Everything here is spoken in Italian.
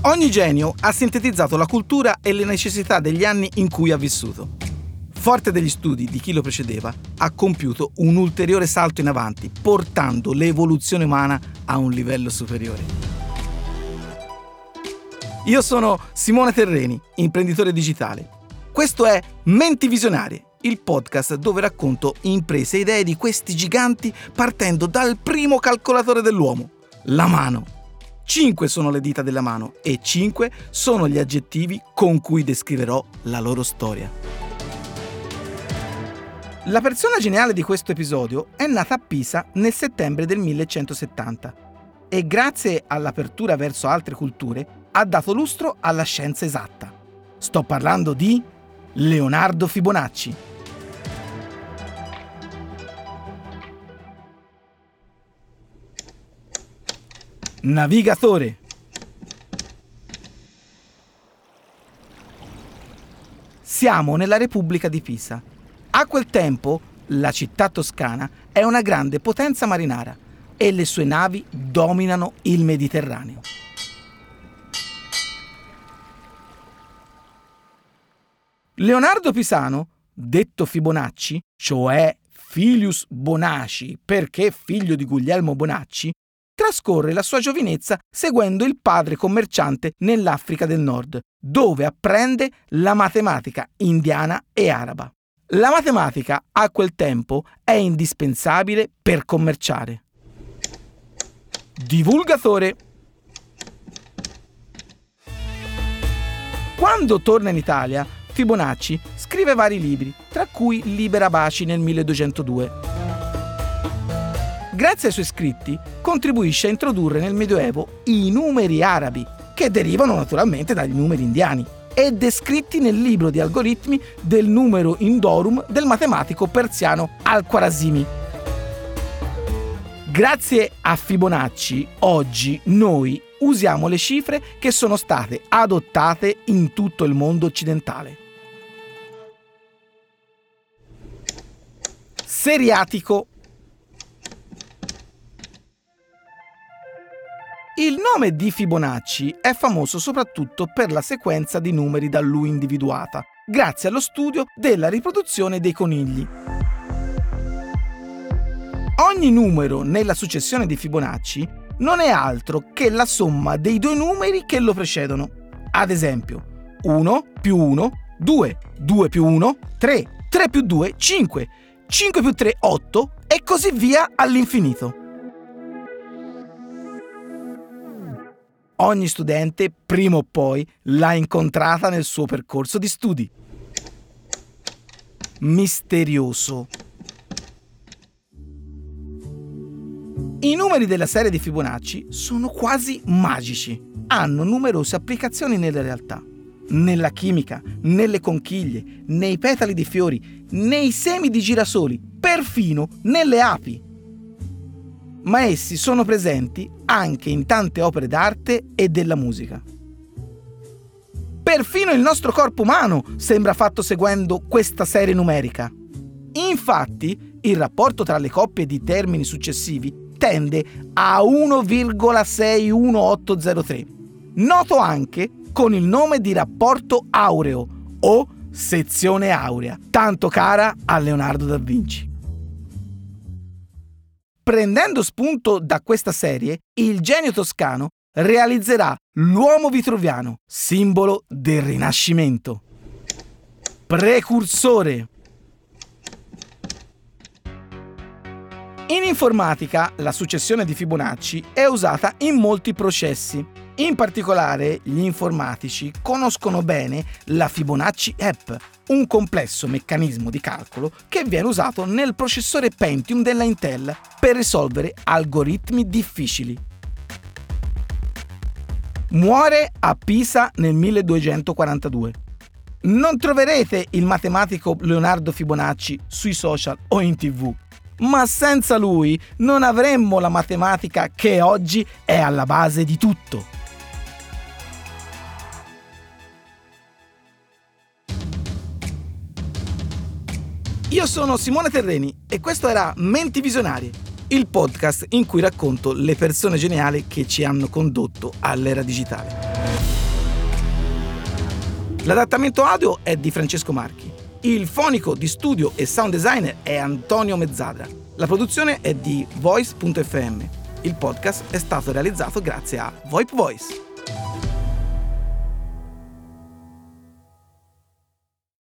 Ogni genio ha sintetizzato la cultura e le necessità degli anni in cui ha vissuto. Forte degli studi di chi lo precedeva, ha compiuto un ulteriore salto in avanti, portando l'evoluzione umana a un livello superiore. Io sono Simone Terreni, imprenditore digitale. Questo è Menti Visionarie, il podcast dove racconto imprese e idee di questi giganti partendo dal primo calcolatore dell'uomo, la mano. 5 sono le dita della mano e 5 sono gli aggettivi con cui descriverò la loro storia. La persona geniale di questo episodio è nata a Pisa nel settembre del 1170 e grazie all'apertura verso altre culture ha dato lustro alla scienza esatta. Sto parlando di Leonardo Fibonacci. Navigatore. Siamo nella Repubblica di Pisa. A quel tempo la città toscana è una grande potenza marinara e le sue navi dominano il Mediterraneo. Leonardo Pisano, detto Fibonacci, cioè Filius Bonaci perché figlio di Guglielmo Bonacci, trascorre la sua giovinezza seguendo il padre commerciante nell'Africa del Nord, dove apprende la matematica indiana e araba. La matematica a quel tempo è indispensabile per commerciare. Divulgatore. Quando torna in Italia, Fibonacci scrive vari libri, tra cui Libera Baci nel 1202. Grazie ai suoi scritti contribuisce a introdurre nel Medioevo i numeri arabi, che derivano naturalmente dagli numeri indiani, e descritti nel libro di algoritmi del numero Indorum del matematico persiano Al-Khwarazmi. Grazie a Fibonacci, oggi noi usiamo le cifre che sono state adottate in tutto il mondo occidentale. Seriatico. Il nome di Fibonacci è famoso soprattutto per la sequenza di numeri da lui individuata, grazie allo studio della riproduzione dei conigli. Ogni numero nella successione di Fibonacci non è altro che la somma dei due numeri che lo precedono. Ad esempio, 1 più 1, 2, 2 più 1, 3, 3 più 2, 5, 5 più 3, 8 e così via all'infinito. Ogni studente, prima o poi, l'ha incontrata nel suo percorso di studi. Misterioso. I numeri della serie di Fibonacci sono quasi magici. Hanno numerose applicazioni nella realtà. Nella chimica, nelle conchiglie, nei petali di fiori, nei semi di girasoli, perfino nelle api. Ma essi sono presenti anche in tante opere d'arte e della musica. Perfino il nostro corpo umano sembra fatto seguendo questa serie numerica. Infatti, il rapporto tra le coppie di termini successivi tende a 1,61803, noto anche con il nome di rapporto aureo o sezione aurea, tanto cara a Leonardo da Vinci. Prendendo spunto da questa serie, il genio toscano realizzerà l'uomo vitruviano, simbolo del Rinascimento. Precursore. In informatica, la successione di Fibonacci è usata in molti processi. In particolare, gli informatici conoscono bene la Fibonacci App, un complesso meccanismo di calcolo che viene usato nel processore Pentium della Intel per risolvere algoritmi difficili. Muore a Pisa nel 1242. Non troverete il matematico Leonardo Fibonacci sui social o in TV, ma senza lui non avremmo la matematica che oggi è alla base di tutto. Io sono Simone Terreni e questo era Menti Visionarie, il podcast in cui racconto le persone geniali che ci hanno condotto all'era digitale. L'adattamento audio è di Francesco Marchi. Il fonico di studio e sound designer è Antonio Mezzadra. La produzione è di Voice.fm. Il podcast è stato realizzato grazie a VoIP Voice.